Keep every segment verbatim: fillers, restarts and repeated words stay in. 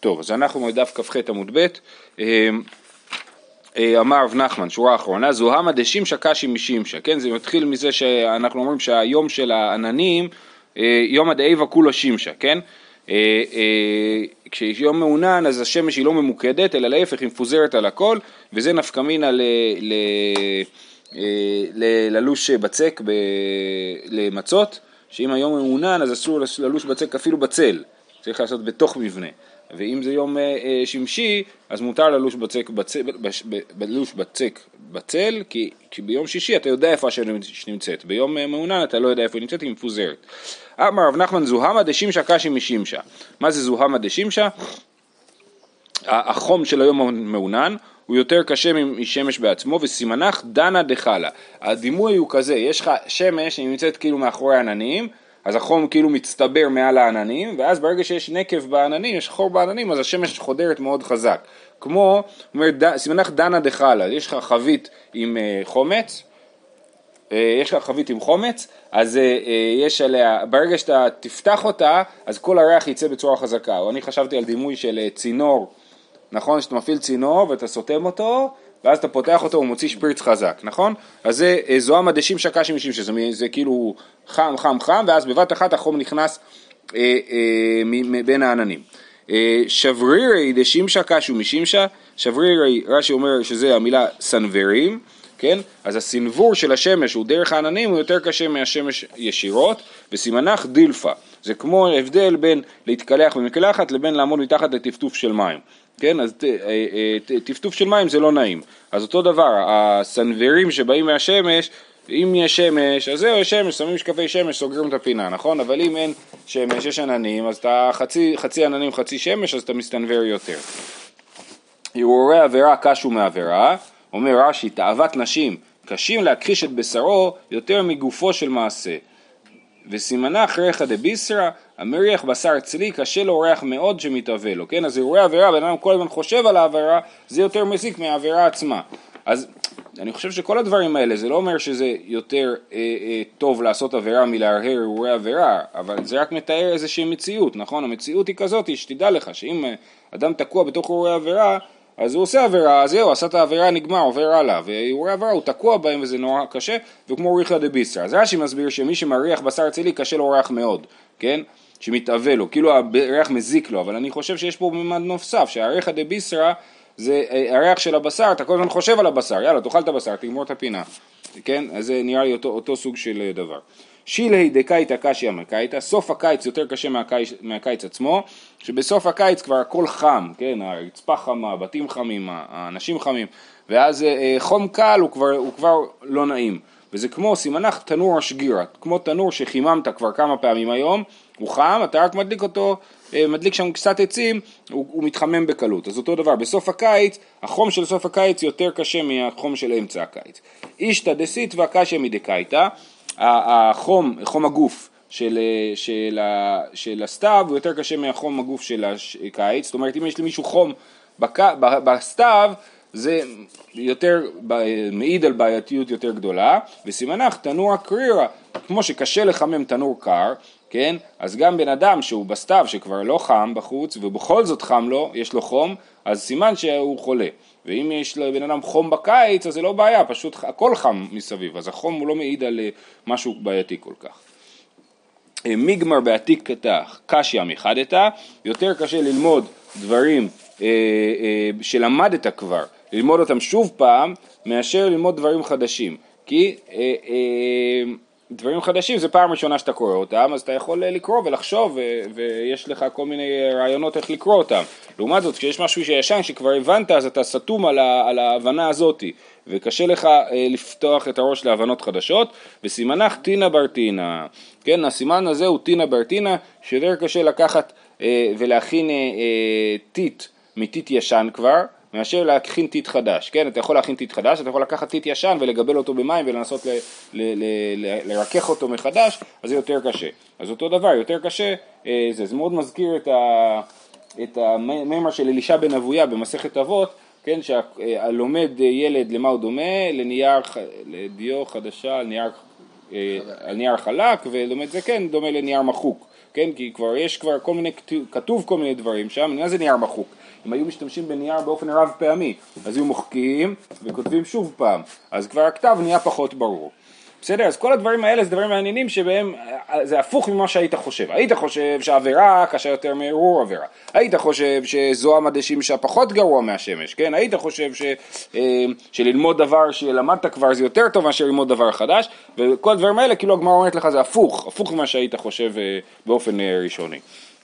טוב, אז אנחנו בדף כ"ח עמוד ב'. אמר רב נחמן, שורה אחרונה, זוהמה דשימשה קשי משימשה, כן? זה מתחיל מזה שאנחנו אומרים שהיום של העננים, יום הדאיבה כולו שימשה, כן? כשיום מעונן אז השמש היא לא ממוקדת, אלא להפך היא מפוזרת על הכל, וזה נפקא מינה ללוש בצק למצות, שאם היום מעונן אז אסור ללוש בצק אפילו בצל, צריך לעשות בתוך מבנה. ואם זה יום אה, שמשי, אז מותר ללוש בצק בצל, ללוש בצק בצל, כי, כי ביום שישי אתה יודע איפה השמש נמצאת, ביום אה, מעונן אתה לא יודע איפה היא נמצאת, היא מפוזרת. אמר רב נחמן, זוהמה דשימשה קשי משימשה. מה זה זוהמה דשימשה? החום של היום המעונן הוא יותר קשה משמש בעצמו, וסימנך דנה דחלה. הדימוי הוא כזה, יש לך שמש, היא נמצאת כאילו מאחורי העננים, אז החום כאילו מצטבר מעל העננים, ואז ברגע שיש נקב בעננים, יש חור בעננים, אז השמש חודרת מאוד חזק. כמו, אומר, סימנך דנה דחלה, יש לך חבית עם חומץ, יש לך חבית עם חומץ, אז יש עליה, ברגע שאתה תפתח אותה, אז כל הריח יצא בצורה חזקה. אני חשבתי על דימוי של צינור, נכון? שאתה מפעיל צינור ואתה סותם אותו, ואז אתה פותח אותו ומוציא שפריץ חזק, נכון? אז זה זוהמה דשימשה קשי משימשה, זה, זה כאילו חם חם חם, ואז בבת אחת החום נכנס אה, אה, מבין העננים. אה, שברירי דשימשה קשי משימשה, שברירי, רש"י אומר שזה המילה סנוורים, כן? אז הסנבור של השמש הוא דרך העננים הוא יותר קשה מהשמש ישירות, וסימנך דילפה. זה כמו הבדל בין להתקלח במקלחת לבין לעמוד מתחת לטפטוף של מים. כן, אז טפטוף של מים זה לא נעים. אז אותו דבר, הסנוורים שבאים מהשמש, אם יש שמש, אז זהו, יש שמש, שמים משקפי שמש, סוגרים את הפינה, נכון? אבל אם אין שמש, יש עננים, אז אתה חצי, חצי עננים, חצי שמש, אז אתה מסתנוור יותר. הרהורי עבירה קשו מעבירה, אומר רש"י, תאוות נשים, קשים להכחיש את בשרו יותר מגופו של מעשה. וסימנך ריחא דביסרא, המריח בשר צלי, קשה לו ריח מאוד שמתאווה לו, כן? אז הרהורי עבירה, בן אדם כל הזמן חושב על העבירה, זה יותר מזיק מהעבירה עצמה. אז אני חושב שכל הדברים האלה, זה לא אומר שזה יותר אה, אה, טוב לעשות עבירה מלהרהר הרהורי עבירה, אבל זה רק מתאר איזושהי מציאות, נכון? המציאות היא כזאת, שתדע לך, שאם אדם תקוע בתוך הרהורי עבירה, אז הוא עושה עבירה, אז זהו, עשה את העבירה, נגמר, עובר הלאה, והרהורי עבירה הוא תקוע בהם וזה נורא קשה, וכמו ריחא דביסרא. אז רש"י מסביר שמי שמריח בשר צלי קשה לו ריח מאוד, כן? שמתאווה לו, כאילו הריח מזיק לו, אבל אני חושב שיש פה ממד נוסף, שהריחא דביסרא זה הריח של הבשר, אתה כל הזמן חושב על הבשר, יאללה, תאכל את הבשר, תגמור את הפינה, כן? אז זה נראה לי אותו, אותו סוג של דבר. שילי דקייתא קשיא מקייתא, סוף הקיץ יותר קשה מהקיץ, מהקיץ עצמו, שבסוף הקיץ כבר הכל חם, כן? הרצפה חמה, הבתים חמים, האנשים חמים, ואז חום קל הוא כבר, הוא כבר לא נעים, וזה כמו סימנך תנור השגירה, כמו תנור שחיממת כבר כמה פעמים היום, הוא חם, אתה רק מדליק אותו, מדליק שם קצת עצים, הוא, הוא מתחמם בקלות. אז אותו דבר, בסוף הקיץ, החום של סוף הקיץ יותר קשה מהחום של אמצע הקיץ. אישתא דסיטבא קשיא מדקייתא, החום, חום הגוף של, של, של הסתיו הוא יותר קשה מהחום הגוף של הקיץ, זאת אומרת אם יש למישהו חום בק, בסתיו, זה יותר מעיד על בעייתיות יותר גדולה, וסימנך תנור הקרירה, כמו שקשה לחמם תנור קר, כן? אז גם בן אדם שהוא בסתיו שכבר לא חם בחוץ ובכל זאת חם לו, יש לו חום, אז סימן שהוא חולה. ואם יש לבן אדם חום בקיץ, אז זה לא בעיה, פשוט הכל חם מסביב, אז החום הוא לא מעיד על משהו בעייתי כל כך. מיגמר בעתיק כתך, קשיא מחדתא, יותר קשה ללמוד דברים אה, אה, שלמדת כבר, ללמוד אותם שוב פעם, מאשר ללמוד דברים חדשים. כי אה, אה, דברים חדשים זה פעם ראשונה שאתה קורא אותם, אז אתה יכול לקרוא ולחשוב, ו- ויש לך כל מיני רעיונות איך לקרוא אותם. לעומת זאת, כשיש משהו שישן שכבר הבנת, אז אתה סתום על, ה- על ההבנה הזאת, וקשה לך אה, לפתוח את הראש להבנות חדשות, וסימנך תינא ברתינא. כן, הסימן הזה הוא תינא ברתינא, שיותר קשה לקחת אה, ולהכין אה, אה, טיט מטיט ישן כבר, מאשר להכין טיט חדש, כן? אתה יכול להכין טיט חדש, אתה יכול לקחת טיט ישן ולגבל אותו במים ולנסות ל- ל- ל- ל- לרכך אותו מחדש, אז זה יותר קשה. אז אותו דבר, יותר קשה, אה, זה, זה מאוד מזכיר את, ה, את המאמר של אלישע בן אבויה במסכת אבות, כן? שהלומד ילד למה הוא דומה? לנייר, לדיו חדשה, על נייר, על נייר חלק, ולומד זה כן דומה לנייר מחוק. כן? כי כבר יש כבר כל מיני, כתוב כל מיני דברים שם, מה זה נייר מחוק? אם היו משתמשים בנייר באופן רב פעמי, אז היו מוחקים וכותבים שוב פעם, אז כבר הכתב נהיה פחות ברור. בסדר? אז כל הדברים האלה זה דברים מעניינים שבהם זה הפוך ממה שהיית חושב. היית חושב שהעבירה קשה יותר מערעור עבירה. היית חושב שזו המדשים שהפחות גרוע מהשמש, כן? היית חושב ש, שללמוד דבר שלמדת כבר זה יותר טוב מאשר ללמוד דבר חדש, וכל הדברים האלה כאילו הגמרא אומרת לך זה הפוך, הפוך ממה שהיית חושב באופן ראשוני.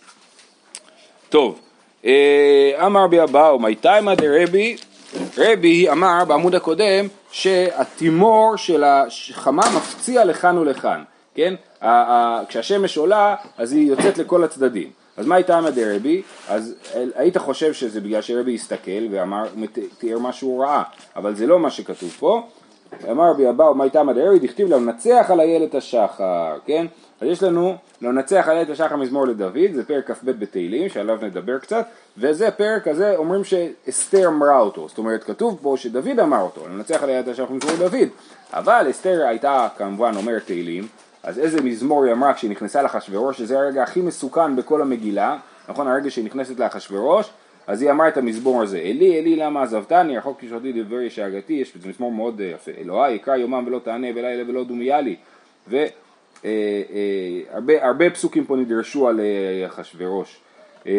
טוב, אמר בי אבאו, מי תימא דרבי, רבי אמר בעמוד הקודם שהתימור של החמה מפציע לכאן ולכאן, כן? כשהשמש עולה אז היא יוצאת לכל הצדדים. אז מה הייתה עמד רבי? אז היית חושב שזה בגלל שרבי הסתכל ואמר, תיאר משהו רעה, אבל זה לא מה שכתוב פה. אמר בי אבאו, מה הייתה עמד רבי? דכתיב לנצח על איילת השחר, כן? אז יש לנו לנצח על איילת השחר מזמור לדוד, זה פרק כ"ב בתהילים שעליו נדבר קצת, וזה פרק הזה אומרים שאסתר אמרה אותו, זאת אומרת כתוב פה שדוד אמר אותו, לנצח על איילת השחר מזמור לדוד, אבל אסתר הייתה כמובן אומרת תהילים, אז איזה מזמור היא אמרה כשהיא נכנסה לאחשוורוש, שזה הרגע הכי מסוכן בכל המגילה, נכון, הרגע שהיא נכנסת לאחשוורוש, אז היא אמרה את המזמור הזה, אלי אלי למה עזבתני, רחוק כשרותי דבר ישאגתי, יש בזה מזמור מאוד יפה, אלוהי יקרא יומם ולא תענה בלילה ולא דומיה לי, ו אה, אה, הרבה, הרבה פסוקים פה נדרשו על אחשוורוש. אה,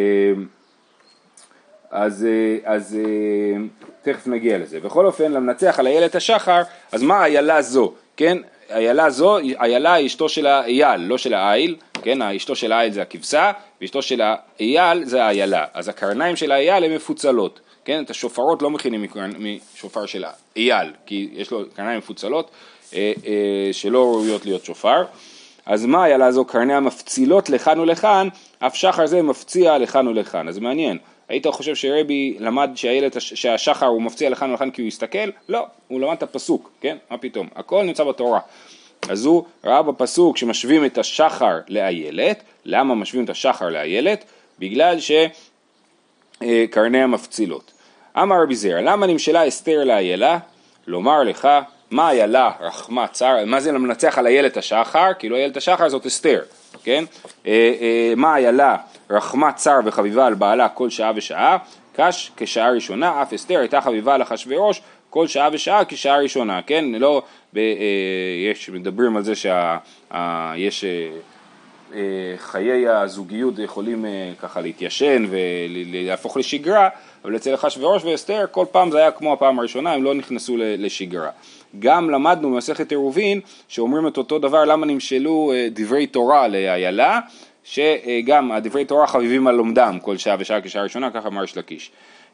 אז, אה, אז אה, תכף נגיע לזה. בכל אופן, למנצח על איילת השחר, אז מה איילה זו? כן? איילה זו, איילה היא אשתו של האייל, לא של האייל, כן? אשתו של האייל זה הכבשה, ואשתו של האייל זה האיילה. אז הקרניים של האייל הן מפוצלות, כן? את השופרות לא מכינים משופר של האייל, כי יש לו קרניים מפוצלות, שלא ראויות להיות שופר. אז מה היה לה זו? קרניה מפצילות לכאן ולכאן, אף שחר זה מפציע לכאן ולכאן. אז מעניין, היית חושב שרבי למד שהילד, שהשחר הוא מפציע לכאן ולכאן כי הוא יסתכל? לא, הוא למד את הפסוק, כן? מה פתאום? הכל נמצא בתורה. אז הוא ראה בפסוק שמשווים את השחר לאיילת. למה משווים את השחר לאיילת? בגלל שקרניה מפצילות. אמר רבי זרע, למה נמשלה אסתר לאיילה? לומר לך, מה איילה רחמה צר, מה זה למנצח על איילת השחר? כאילו איילת השחר זאת אסתר, כן? אה, אה, מה איילה רחמה צר וחביבה על בעלה כל שעה ושעה? קש כשעה ראשונה, אף אסתר הייתה חביבה על אחשוורוש כל שעה ושעה כשעה ראשונה, כן? לא, ב, אה, יש, מדברים על זה שיש אה, אה, חיי הזוגיות יכולים אה, ככה להתיישן ולהפוך לשגרה, אבל אצל אחשוורוש ואסתר כל פעם זה היה כמו הפעם הראשונה, הם לא נכנסו לשגרה. גם למדנו במסכת עירובין שאומרים את אותו דבר למה נמשלו דברי תורה לאיילה, שגם הדברי תורה חביבים על לומדם כל שעה ושעה כשעה ראשונה, ככה אמר שלקיש.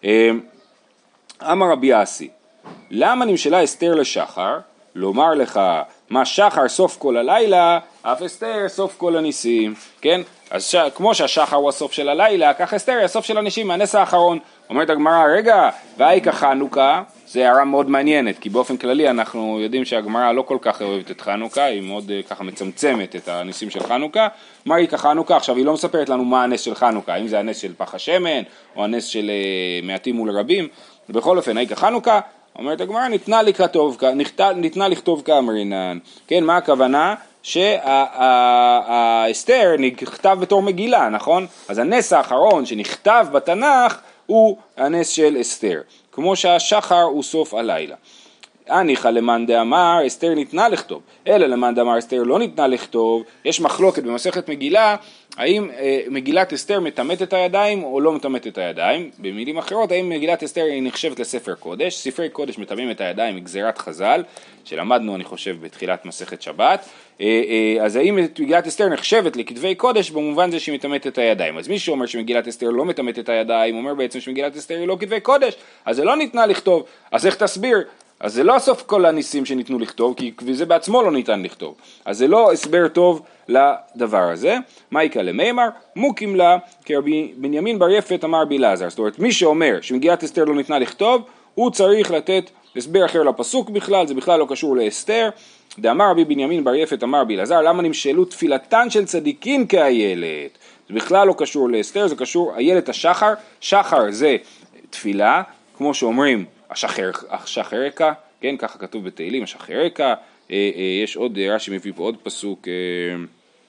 אמר רבי אסי, למה נמשלה אסתר לשחר? לומר לך, מה שחר סוף כל הלילה, אף אסתר סוף כל הניסים, כן? אז ש... כמו שהשחר הוא הסוף של הלילה, כך אסתר היא הסוף של הניסים, מהנס האחרון. אומרת הגמרא, רגע, והי כחנוכה, זה הערה מאוד מעניינת, כי באופן כללי אנחנו יודעים שהגמרא לא כל כך אוהבת את חנוכה, היא מאוד ככה מצמצמת את הניסים של חנוכה. מה היא כחנוכה? עכשיו היא לא מספרת לנו מה הנס של חנוכה, האם זה הנס של פח השמן, או הנס של uh, מעטים מול רבים. בכל אופן, היא כחנוכה, אומרת הגמרא, ניתנה לכתוב, ניתנה לכתוב כאמרינן. כן, מה הכוונה? שהאסתר נכתב בתור מגילה, נכון? אז הנס האחרון שנכתב בתנ"ך הוא הנס של אסתר, כמו שהשחר הוא סוף הלילה. הניחא למאן דאמר אסתר ניתנה לכתוב, אלא למאן דאמר אסתר לא ניתנה לכתוב. יש מחלוקת במסכת מגילה, האם אה, מגילת אסתר מטמאת את הידיים או לא מטמאת את הידיים. במילים אחרות, האם מגילת אסתר היא נחשבת לספר קודש? ספרי קודש מטמאים את הידיים מגזירת חז"ל, שלמדנו אני חושב בתחילת מסכת שבת. אה, אה, אז האם מגילת אסתר נחשבת לכתבי קודש במובן זה שהיא מטמאת את הידיים? אז מי שאומר שמגילת אסתר לא מטמאת את הידיים, אומר בעצם שמגילת אסתר היא לא כתבי קודש, אז זה לא ניתנה לכתוב. אז איך תסביר? אז זה לא סוף כל הניסים שניתנו לכתוב, כי זה בעצמו לא ניתן לכתוב. אז זה לא הסבר טוב לדבר הזה. מה יקרה למימר? מוקים לה, כי רבי בנימין בר יפת אמר בי אלעזר. זאת אומרת, מי שאומר שמגילת אסתר לא ניתנה לכתוב, הוא צריך לתת הסבר אחר לפסוק בכלל, זה בכלל לא קשור לאסתר. דאמר רבי בנימין בר יפת אמר בי אלעזר, למה נמשלו תפילתן של צדיקים כאיילת? זה בכלל לא קשור לאסתר, זה קשור איילת השחר. שחר זה תפילה, כמו שאומרים, השחר, השחרקה, כן, ככה כתוב בתהילים, השחרקה. אה, אה, יש עוד, רש"י מביא פה עוד פסוק, אה,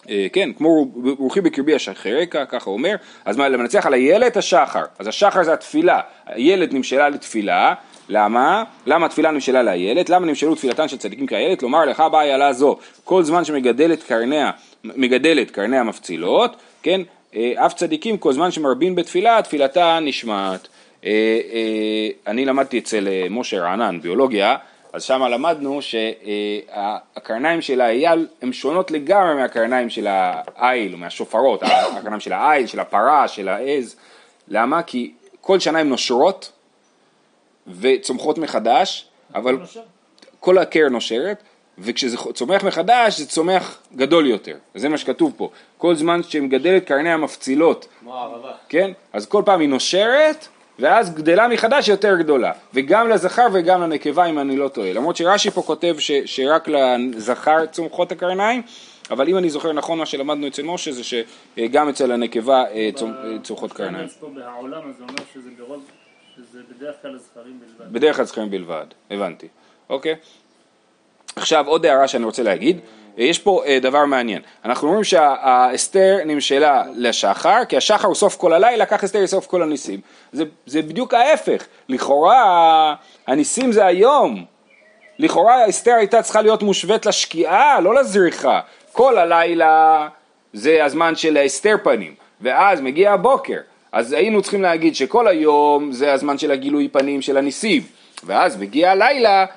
כן, כמו רוחי בקרבי השחרקה, ככה הוא אומר, אז מה, למנצח על הילד השחר, אז השחר זה התפילה, הילד נמשלה לתפילה, למה? למה התפילה נמשלה לילד? למה נמשלו תפילתן של צדיקים כילד? לומר לך באה יעלה זו, כל זמן שמגדלת קרניה, מגדלת קרניה מפצילות, כן, אף צדיקים כל זמן שמרבין בתפילה, תפילתה נשמעת. אני למדתי אצל משה רענן ביולוגיה, אז שם למדנו שהקרניים של האייל הן שונות לגמרי מהקרניים של האיל, או מהשופרות, הקרניים של האיל, של הפרה, של העז. למה? כי כל שנה הן נושרות וצומחות מחדש, אבל כל הקר נושרת, וכשזה צומח מחדש זה צומח גדול יותר. זה מה שכתוב פה. כל זמן שמגדלת קרניה המפצילות, כן? אז כל פעם היא נושרת, ואז גדלה מחדש יותר גדולה, וגם לזכר וגם לנקבה אם אני לא טועה, למרות שרש"י פה כותב ש, שרק לזכר צומחות הקרניים, אבל אם אני זוכר נכון מה שלמדנו אצל משה זה שגם אצל הנקבה צומחות קרניים. פה בעולם הזה אומר שזה ברוב, שזה בדרך כלל זכרים בלבד. בדרך כלל זכרים בלבד, הבנתי, אוקיי. עכשיו עוד הערה שאני רוצה להגיד, יש פה דבר מעניין, אנחנו אומרים שהאסתר נמשלה לשחר, כי השחר הוא סוף כל הלילה, כך אסתר היא סוף כל הניסים. זה, זה בדיוק ההפך, לכאורה הניסים זה היום, לכאורה אסתר הייתה צריכה להיות מושווית לשקיעה, לא לזריחה, כל הלילה זה הזמן של האסתר פנים, ואז מגיע הבוקר, אז היינו צריכים להגיד שכל היום זה הזמן של הגילוי פנים של הניסים, ואז מגיע הלילה,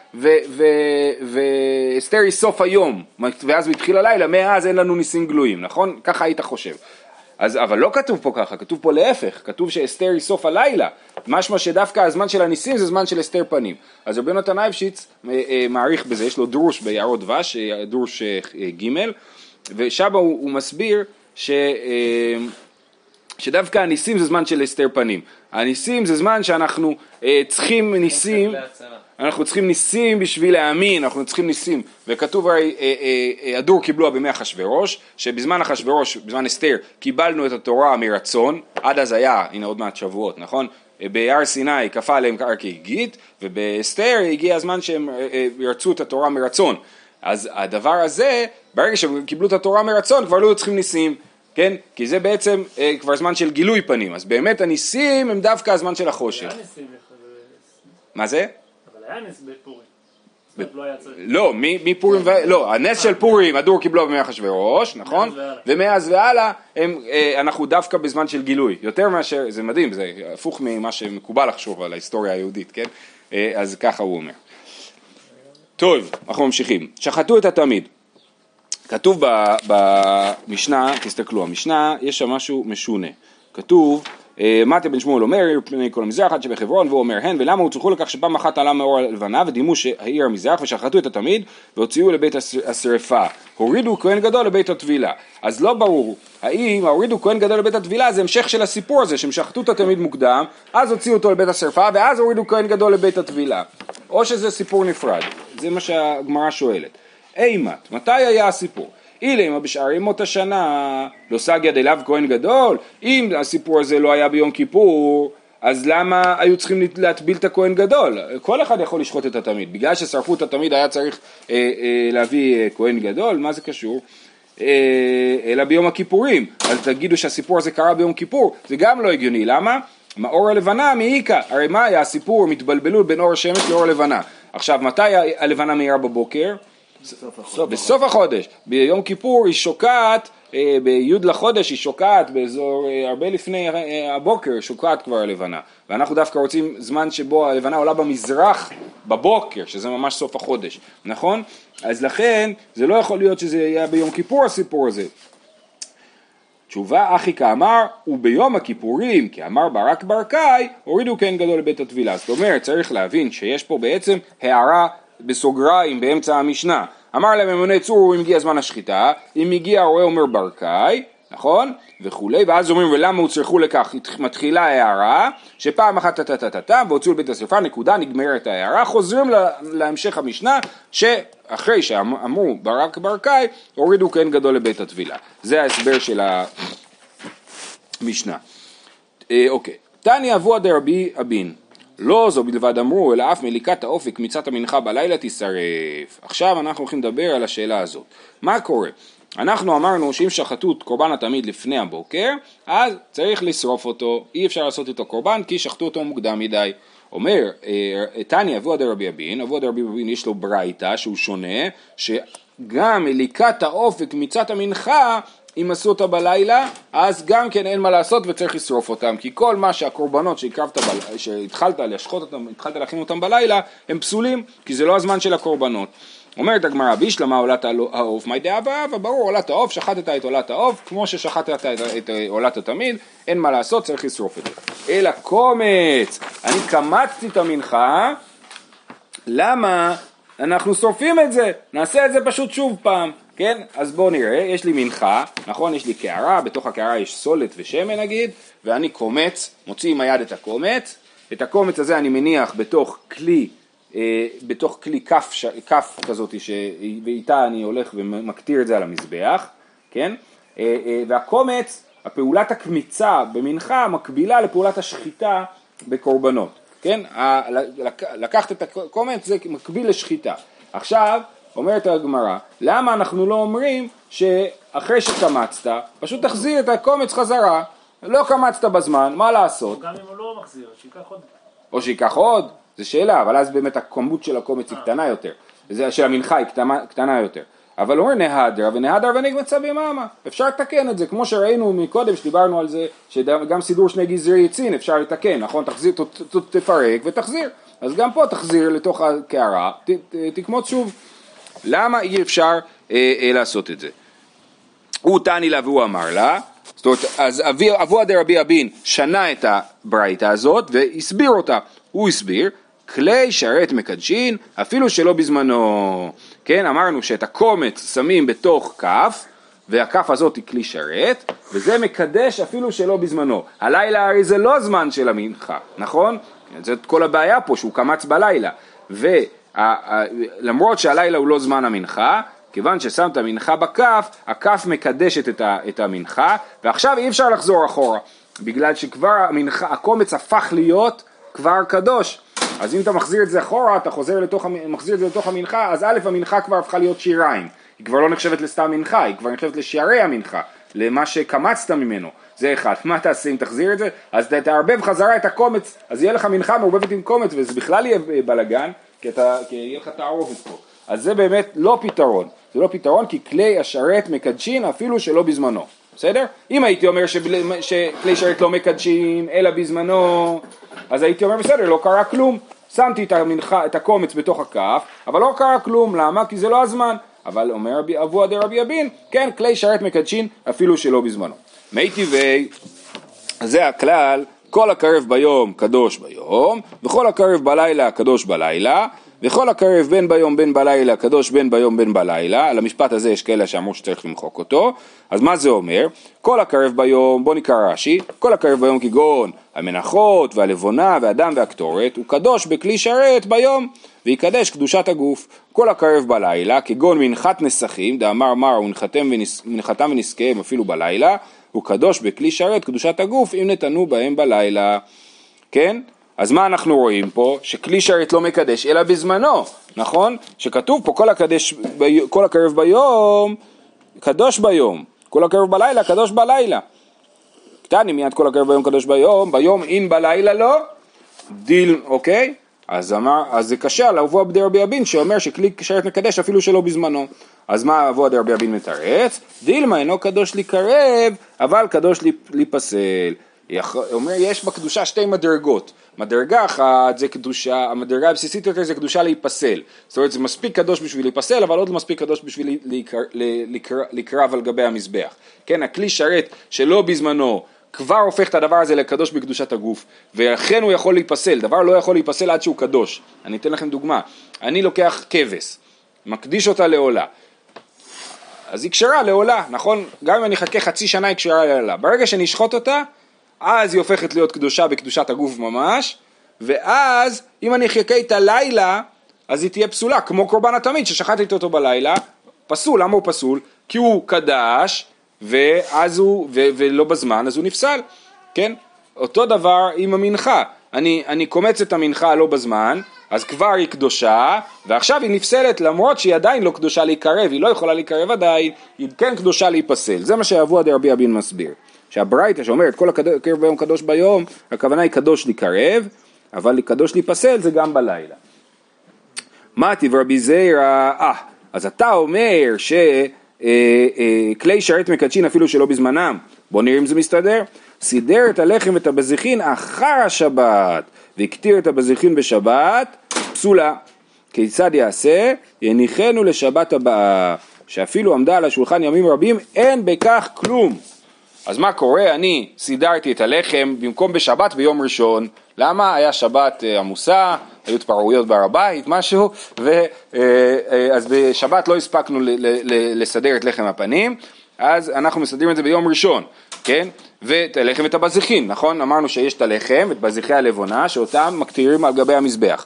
ואסתר היא סוף היום, ואז מתחיל הלילה, מאז אין לנו ניסים גלויים, נכון? ככה היית חושב. אז, אבל לא כתוב פה ככה, כתוב פה להפך, כתוב שאסתר היא סוף הלילה, משמע שדווקא הזמן של הניסים זה זמן של אסתר פנים. אז רבי נתן אייבשיץ מעריך בזה, יש לו דרוש ביערות דבש, דרוש ג', ושמה הוא, הוא מסביר ש... שדווקא הניסים זה זמן של אסתר פנים. הניסים זה זמן שאנחנו אה, צריכים ניסים, אנחנו צריכים ניסים בשביל להאמין, אנחנו צריכים ניסים. וכתוב הרי, אה, אה, הדור קיבלוה בימי אחשוורוש, שבזמן אחשוורוש, בזמן אסתר, קיבלנו את התורה מרצון, עד אז היה, הנה עוד מעט שבועות, נכון? בהר סיני כפה עליהם הר כגיגית, ובאסתר הגיע הזמן שהם אה, ירצו את התורה מרצון. אז הדבר הזה, ברגע שהם קיבלו את התורה מרצון, כבר לא צריכים ניסים. כן? כי זה בעצם אה, כבר זמן של גילוי פנים, אז באמת הניסים הם דווקא הזמן של החושך. מה זה? אבל היה נס בפורים. ב... לא, היה צריך... לא, מפורים ו... לא, הנס של פורים, הדור קיבלו בימי אחשוורוש, נכון? ומאז והלאה הם, אה, אנחנו דווקא בזמן של גילוי, יותר מאשר, זה מדהים, זה הפוך ממה שמקובל לחשוב על ההיסטוריה היהודית, כן? אה, אז ככה הוא אומר. טוב, אנחנו ממשיכים. שחטו את התמיד. כתוב במשנה, תסתכלו, המשנה יש שם משהו משונה, כתוב, מתי בן שמואל אומר, פני כל המזרח עד שבחברון, והוא אומר, הן, ולמה הוצרכו לכך שפעם אחת עלה מאור הלבנה, ודימו שהעיר המזרח, ושחטו את התמיד, והוציאו לבית השרפה, הורידו כהן גדול לבית הטבילה. אז לא ברור, האם הורידו כהן גדול לבית הטבילה, זה המשך של הסיפור הזה, שהם שחטו את התמיד מוקדם, אז הוציאו אותו לבית השרפה, ואז הורידו כהן גדול לבית הטבילה. או שזה סיפור נפרד, זה מה שהגמרא שואלת. אימת, מתי היה הסיפור? אילמה בשאר ימות השנה, לא סגיה דלאו כהן גדול, אם הסיפור הזה לא היה ביום כיפור, אז למה היו צריכים להטביל את הכהן גדול? כל אחד יכול לשחוט את התמיד, בגלל ששרפו את התמיד היה צריך אה, אה, להביא אה, כהן גדול, מה זה קשור? אה, אלא ביום הכיפורים, אז תגידו שהסיפור הזה קרה ביום כיפור, זה גם לא הגיוני, למה? מאור הלבנה מעיקה, הרי מה היה הסיפור, מתבלבלו בין אור השמש לאור הלבנה, עכשיו מתי הלבנה מאירה בבוקר? בסוף החודש, ביום כיפור היא שוקעת, ביוד לחודש היא שוקעת באזור הרבה לפני הבוקר, שוקעת כבר הלבנה, ואנחנו דווקא רוצים זמן שבו הלבנה עולה במזרח בבוקר, שזה ממש סוף החודש, נכון? אז לכן זה לא יכול להיות שזה יהיה ביום כיפור הסיפור הזה. תשובה אחי כאמר, וביום הכיפורים, כי אמר ברק ברקאי, הורידו כהן גדול לבית הטבילה. זאת אומרת, צריך להבין שיש פה בעצם הערה בסוגריים באמצע המשנה. אמר להם ממונה צור אם הגיע זמן השחיטה, אם הגיע הרואה אומר ברקאי, נכון? וכולי, ואז אומרים ולמה הוא צריכו לכך, מתחילה הערה, שפעם אחת תתתתתם והוציאו לבית השרפה, נקודה, נגמרת הערה, חוזרים להמשך המשנה, שאחרי שאמרו ברק ברקאי, הורידו כהן גדול לבית הטבילה. זה ההסבר של המשנה. אוקיי, תני אבוה דרבי אבין. לא זו בלבד אמרו, אלא אף מליקת האופק מצאת המנחה בלילה תישרף. עכשיו אנחנו הולכים לדבר על השאלה הזאת. מה קורה? אנחנו אמרנו שאם שחטו את קורבן התמיד לפני הבוקר, אז צריך לשרוף אותו, אי אפשר לעשות איתו קורבן כי שחטו אותו מוקדם מדי. אומר, תניא אבוה דרבי אבין, אבוה דרבי אבין יש לו ברייתא שהוא שונה, שגם אליקת האופק מצאת המנחה, אם עשו אותה בלילה, אז גם כן אין מה לעשות וצריך לשרוף אותם, כי כל מה שהקורבנות שהקרבת, שהתחלת להשחוט אותם, התחלת להכין אותם בלילה, הם פסולים, כי זה לא הזמן של הקורבנות. אומרת הגמרא, בישלמה עולת העוף, מי דאבה, וברור עולת העוף, שחטת את עולת העוף, כמו ששחטת את עולת התמיד, אין מה לעשות, צריך לשרוף את זה. אלא קומץ, אני קמצתי את המנחה, למה אנחנו שורפים את זה? נעשה את זה פשוט שוב פעם, כן? אז בואו נראה, יש לי מנחה, נכון? יש לי קערה, בתוך הקערה יש סולת ושמן נגיד, ואני קומץ, מוציא עם היד את הקומץ, את הקומץ הזה אני מניח בתוך כלי, בתוך כלי כף, כף כזאת שבאיתה אני הולך ומקטיר את זה על המזבח, כן? והקומץ, הפעולת הקמיצה במנחה מקבילה לפעולת השחיטה בקורבנות, כן? לקחת את הקומץ זה מקביל לשחיטה. עכשיו אומרת הגמרא, למה אנחנו לא אומרים שאחרי שקמצת פשוט תחזיר את הקומץ חזרה, לא קמצת בזמן, מה לעשות? גם אם הוא לא מחזיר, שיקח עוד. או שיקח עוד, זה שאלה, אבל אז באמת הכמות של הקומץ היא קטנה יותר, של המנחה היא קטנה, קטנה יותר. אבל אומר נהדר, ונהדר ונגמצא ביממה, אפשר לתקן את זה, כמו שראינו מקודם שדיברנו על זה, שגם סידור שני גזרי יצין אפשר לתקן, נכון? תחזיר, ת, ת, תפרק ותחזיר, אז גם פה תחזיר לתוך הקערה, ת, ת, תקמוץ שוב. למה אי אפשר אה, אה, לעשות את זה? הוא תני לה והוא אמר לה, זאת אומרת, אז אבוה דרבי אבין שנה את הברייתא הזאת והסביר אותה, הוא הסביר, כלי שרת מקדשין אפילו שלא בזמנו, כן, אמרנו שאת הקומץ שמים בתוך כף, והכף הזאת היא כלי שרת, וזה מקדש אפילו שלא בזמנו, הלילה הרי זה לא זמן של המנחה, נכון? זאת כל הבעיה פה שהוא קמץ בלילה, ולמרות שהלילה הוא לא זמן המנחה, כיוון ששמת המנחה בכף, הכף מקדשת את, ה, את המנחה, ועכשיו אי אפשר לחזור אחורה, בגלל שכבר המנחה, הקומץ הפך להיות כבר קדוש, אז אם אתה מחזיר את זה אחורה, אתה חוזר לתוך, מחזיר את זה לתוך המנחה, אז א' המנחה כבר הפכה להיות שיריים, היא כבר לא נחשבת לסתם מנחה, היא כבר נחשבת לשערי המנחה, למה שקמצת ממנו, זה אחד, מה תעשה אם תחזיר את זה? אז אתה תערבב חזרה את הקומץ, אז יהיה לך מנחה מעורבבת עם קומץ, וזה בכלל יהיה בלגן, כי, אתה, כי יהיה לך תערובת פה. אז זה באמת לא פתרון, זה לא פתרון כי כלי השרת מקדשין אפילו שלא בזמנו, בסדר? אם הייתי אומר שבל, שכלי שרת לא מקדשים אלא בזמנו, אז הייתי אומר בסדר, לא קרה כלום, שמתי את, המנחה, את הקומץ בתוך הכף, אבל לא קרה כלום, למה? כי זה לא הזמן, אבל אומר אבוה דרבי אבין, כן, כלי שרת מקדשין אפילו שלא בזמנו. מי טבעי, זה הכלל, כל הקרב ביום קדוש ביום, וכל הקרב בלילה קדוש בלילה, וכל הקרב בין ביום בין בלילה קדוש בין ביום בין בלילה, על המשפט הזה יש כאלה שאמרו שצריך למחוק אותו, אז מה זה אומר? כל הקרב ביום, בוא נקרא רש"י, כל הקרב ביום כגון המנחות והלבונה והדם והקטורת, הוא קדוש בכלי שרת ביום, ויקדש קדושת הגוף. כל הקרב בלילה, כגון מנחת נסכים, דאמר מר ונחתם ונסכם אפילו בלילה, הוא קדוש בכלי שרת קדושת הגוף אם נתנו בהם בלילה, כן? אז מה אנחנו רואים פה? שכלי שרת לא מקדש אלא בזמנו, נכון? שכתוב פה כל הקדש, כל הקרב ביום, קדוש ביום, כל הקרב בלילה, קדוש בלילה. קטני מיד כל הקרב ביום קדוש ביום, ביום אין בלילה לא, דיל, אוקיי? אז, אמר, אז זה קשה על אבוה דרבי אבין שאומר שכלי שרת מקדש אפילו שלא בזמנו. אז מה אבוה דרבי אבין מתרץ? דילמה אינו קדוש לקרב, אבל קדוש להיפסל. אומר, יש בקדושה שתי מדרגות. מדרגה אחת זה קדושה, המדרגה הבסיסית יותר זה קדושה להיפסל. זאת אומרת, זה מספיק קדוש בשביל להיפסל, אבל עוד לא מספיק קדוש בשביל לקרב על גבי המזבח. כן, הכלי שרת שלא בזמנו כבר הופך את הדבר הזה לקדוש בקדושת הגוף, ולכן הוא יכול להיפסל. דבר לא יכול להיפסל עד שהוא קדוש. אני אתן לכם דוגמה. אני לוקח כבש, מקדיש אותה לעולה. אז היא קשרה לעולה, נכון? גם אם אני אחכה חצי שנה היא קשרה לעולה. ברגע שנשחוט אותה, אז היא הופכת להיות קדושה בקדושת הגוף ממש, ואז אם אני אחכה איתה לילה, אז היא תהיה פסולה, כמו קורבן התמיד ששחטתי אותו בלילה, פסול. למה הוא פסול? כי הוא קדש, ואז הוא, ו, ולא בזמן, אז הוא נפסל, כן? אותו דבר עם המנחה, אני, אני קומץ את המנחה לא בזמן, אז כבר היא קדושה, ועכשיו היא נפסלת למרות שהיא עדיין לא קדושה להיקרב, היא לא יכולה להיקרב עדיין, היא כן קדושה להיפסל. זה מה שאבו דרבי אבין מסביר. שהברייתא שאומרת כל הקרב ביום קדוש ביום, הכוונה היא קדוש להיקרב, אבל קדוש להיפסל זה גם בלילה. מה טיב רבי זיירא? אה, אז אתה אומר שכלי שרת מקדשין אפילו שלא בזמנם, בוא נראה אם זה מסתדר. סידר את הלחם ואת הבזיחין אחר השבת, והקטיר את הבזיחין בשבת, פסולה. כיצד יעשה? יניחנו לשבת הבאה, שאפילו עמדה על השולחן ימים רבים, אין בכך כלום. אז מה קורה? אני סידרתי את הלחם במקום בשבת ביום ראשון. למה? היה שבת עמוסה, היו התפרעויות בהר הבית, משהו, ואז בשבת לא הספקנו לסדר את לחם הפנים, אז אנחנו מסדרים את זה ביום ראשון, כן? ואת הלחם ואת הבזיחין, נכון? אמרנו שיש את הלחם, את בזיחי הלבונה, שאותם מקטירים על גבי המזבח.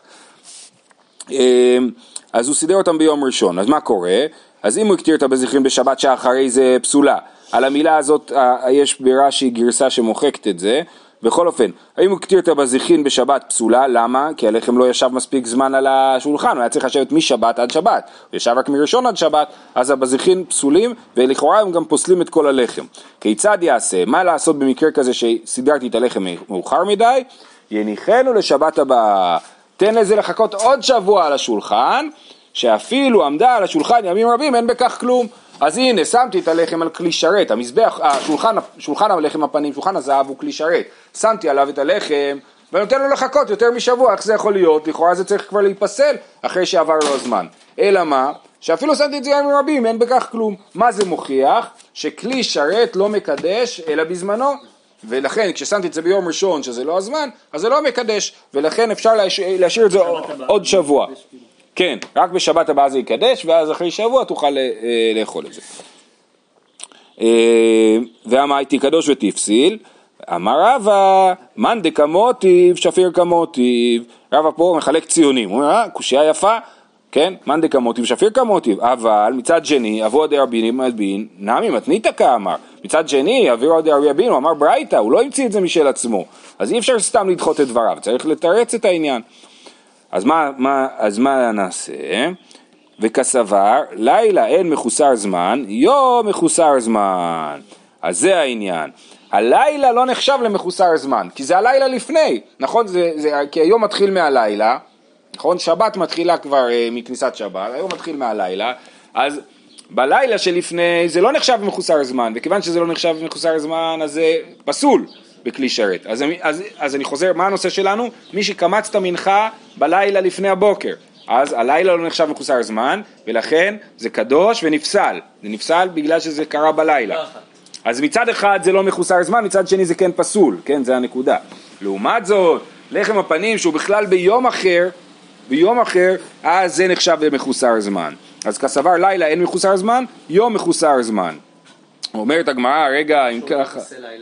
אז הוא סידר אותם ביום ראשון. אז מה קורה? אז אם הוא הקטיר את הבזיחין בשבת שאחרי זה פסולה, על המילה הזאת יש ברש"י גרסה שמוחקת את זה. בכל אופן, האם הוא הקטיר את הבזיחין בשבת פסולה? למה? כי הלחם לא ישב מספיק זמן על השולחן, הוא היה צריך לשבת משבת עד שבת, הוא ישב רק מראשון עד שבת, אז הבזיחין פסולים, ולכאורה הם גם פוסלים את כל הלחם. כיצד יעשה? מה לעשות במקרה כזה שסידרתי את הלחם מאוחר מדי? יניחנו לשבת הבאה, תן לזה לחכות עוד שבוע על השולחן, שאפילו עמדה על השולחן ימים רבים, אין בכך כלום. אז הנה, שמתי את הלחם על כלי שרת, המזבח, השולחן, שולחן הלחם הפנים, שולחן הזהב הוא כלי שרת, שמתי עליו את הלחם, ונותן לו לחכות יותר משבוע, איך זה יכול להיות? לכאורה זה צריך כבר להיפסל, אחרי שעבר לו הזמן. אלא מה? שאפילו שמתי את זה ימים רבים, אין בכך כלום. מה זה מוכיח? שכלי שרת לא מקדש, אלא בזמנו, ולכן כששמתי את זה ביום ראשון, שזה לא הזמן, אז זה לא מקדש, ולכן אפשר להשאיר, להשאיר את זה עוד שבוע. כן, רק בשבת הבאה זה יקדש, ואז אחרי שבוע תוכל לאכול את זה. ואמה הייתי קדוש ותפסיל, אמר רבא, מן דקמוטיב, שפיר כמוטיב. רבא פה מחלק ציונים, הוא אומר, קושיה יפה, כן, מן דקמוטיב, שפיר כמוטיב, אבל מצד שני, אבו דרבי אבין, נמי מתניתא כאמר, מצד שני, אבו דרבי אבין, הוא אמר ברייתא, הוא לא המציא את זה משל עצמו, אז אי אפשר סתם לדחות את דבריו, צריך לתרץ את העניין. אז מה, מה, אז מה נעשה? וכסבר, לילה אין מחוסר זמן, יום מחוסר זמן. אז זה העניין. הלילה לא נחשב למחוסר זמן, כי זה הלילה לפני, נכון? זה, זה, כי היום מתחיל מהלילה, נכון? שבת מתחילה כבר אה, מכניסת שבת, היום מתחיל מהלילה, אז בלילה שלפני זה לא נחשב מחוסר זמן, וכיוון שזה לא נחשב מחוסר זמן, אז זה פסול. בכלי שרת. אז, אז, אז אני חוזר, מה הנושא שלנו? מי שקמץ את המנחה בלילה לפני הבוקר. אז הלילה לא נחשב מחוסר זמן, ולכן זה קדוש ונפסל. זה נפסל בגלל שזה קרה בלילה. אז מצד אחד זה לא מחוסר זמן, מצד שני זה כן פסול. כן, זה הנקודה. לעומת זאת, לחם הפנים שהוא בכלל ביום אחר, ביום אחר, אז זה נחשב למחוסר זמן. אז כסבר לילה אין מחוסר זמן, יום מחוסר זמן. אומרת הגמרא, רגע, אם ככה...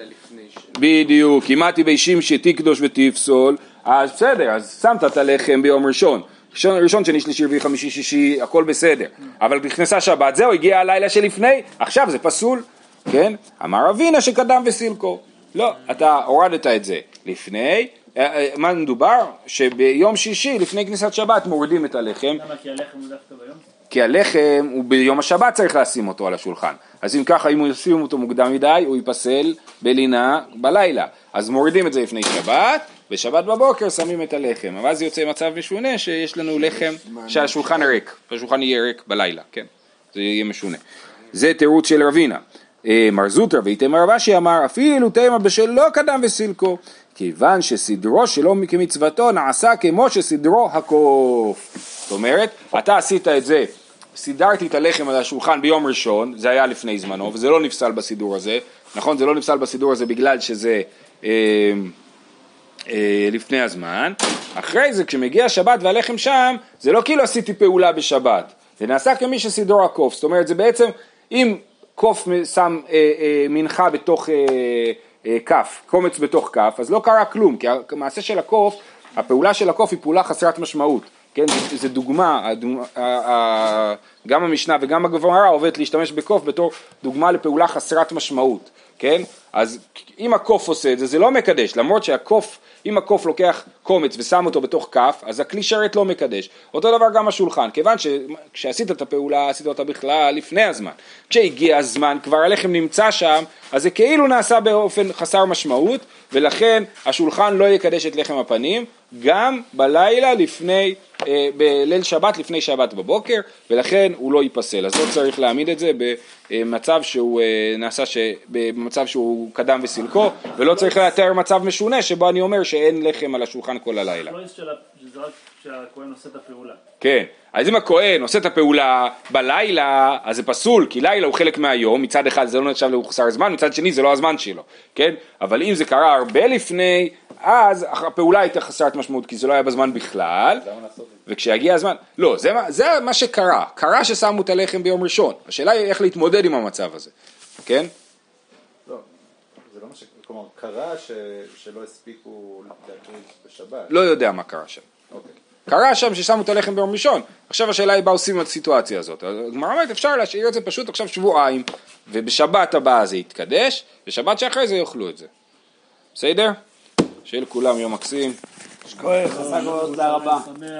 בדיוק, כמעט בישים שתקדוש ותפסול, אז בסדר, אז שמת את הלחם ביום ראשון, ראשון, ראשון שני, שלישי, רביעי, חמישי, שישי, הכל בסדר, אבל בכנסה שבת, זהו, הגיע הלילה שלפני, עכשיו זה פסול, כן? אמר אבינה שקדם וסילקו, לא, אתה הורדת את זה לפני, מה מדובר? שביום שישי, לפני כניסת שבת, מורידים את הלחם. למה? כי הלחם הוא דווקא ביום? כי הלחם הוא ביום השבת צריך לשים אותו על השולחן. אז אם ככה, אם הוא ישים אותו מוקדם מדי, הוא ייפסל בלינה בלילה. אז מורידים את זה לפני שבת, בשבת בבוקר שמים את הלחם. אבל אז יוצא מצב משונה שיש לנו לחם שהשולחן ריק. השולחן יהיה ריק בלילה, כן? זה יהיה משונה. זה תירוץ של רבינה. מר זוטרא ואיתמר רב אשי אמר, אפילו תימא בשל לא קדם וסילקו, כיוון שסדרו שלא כמצוותו נעשה כמו שסדרו הקוף. זאת אומרת, אתה עשית את זה, סידרתי את הלחם על השולחן ביום ראשון, זה היה לפני זמנו, וזה לא נפסל בסידור הזה, נכון? זה לא נפסל בסידור הזה בגלל שזה אה, אה, לפני הזמן. אחרי זה, כשמגיע השבת והלחם שם, זה לא כאילו עשיתי פעולה בשבת, זה נעשה כמי שסידרו הקוף. זאת אומרת, זה בעצם, אם קוף שם אה, אה, מנחה בתוך אה, אה, כף, קומץ בתוך כף, אז לא קרה כלום, כי המעשה של הקוף, הפעולה של הקוף היא פעולה חסרת משמעות. כן, זה, זה דוגמה, הדוגמה, גם המשנה וגם הגמרא עובדת להשתמש בקוף בתור דוגמה לפעולה חסרת משמעות, כן? אז אם הקוף עושה את זה, זה לא מקדש, למרות שהקוף, אם הקוף לוקח קומץ ושם אותו בתוך כף, אז הכלי שרת לא מקדש. אותו דבר גם השולחן, כיוון שכשעשית את הפעולה, עשית אותה בכלל לפני הזמן. כשהגיע הזמן, כבר הלחם נמצא שם, אז זה כאילו נעשה באופן חסר משמעות, ולכן השולחן לא יקדש את לחם הפנים, גם בלילה לפני, אה, בליל שבת לפני שבת בבוקר, ולכן הוא לא ייפסל. אז לא צריך להעמיד את זה במצב שהוא אה, נעשה, ש... במצב שהוא קדם וסילקו, ולא צריך לאתר מצב משונה, שבו אני אומר שאין לחם על השולחן כל הלילה. שזה רק כשהכהן עושה את הפעולה. כן, אז אם הכהן עושה את הפעולה בלילה, אז זה פסול, כי לילה הוא חלק מהיום, מצד אחד זה לא נחשב לחסר זמן, מצד שני זה לא הזמן שלו, כן? אבל אם זה קרה הרבה לפני, אז הפעולה הייתה חסרת משמעות, כי זה לא היה בזמן בכלל, וכשהגיע הזמן, לא, זה, זה מה שקרה, קרה ששמו את הלחם ביום ראשון, השאלה היא איך להתמודד עם המצב הזה, כן? לא, זה לא מה ש... כלומר, קרה ש... שלא הספיקו להקריב בשבת. לא יודע מה קרה שם. אוקיי. קרה שם ששמו את הלחם ביום ראשון, עכשיו השאלה היא מה עושים עם הסיטואציה הזאת, הגמרא אומרת אפשר להשאיר את זה פשוט עכשיו שבועיים, ובשבת הבאה זה יתקדש, בשבת שאחרי זה יאכלו את זה. בסדר? שיהיה לכולם יום מקסים. שכוח, תודה רבה.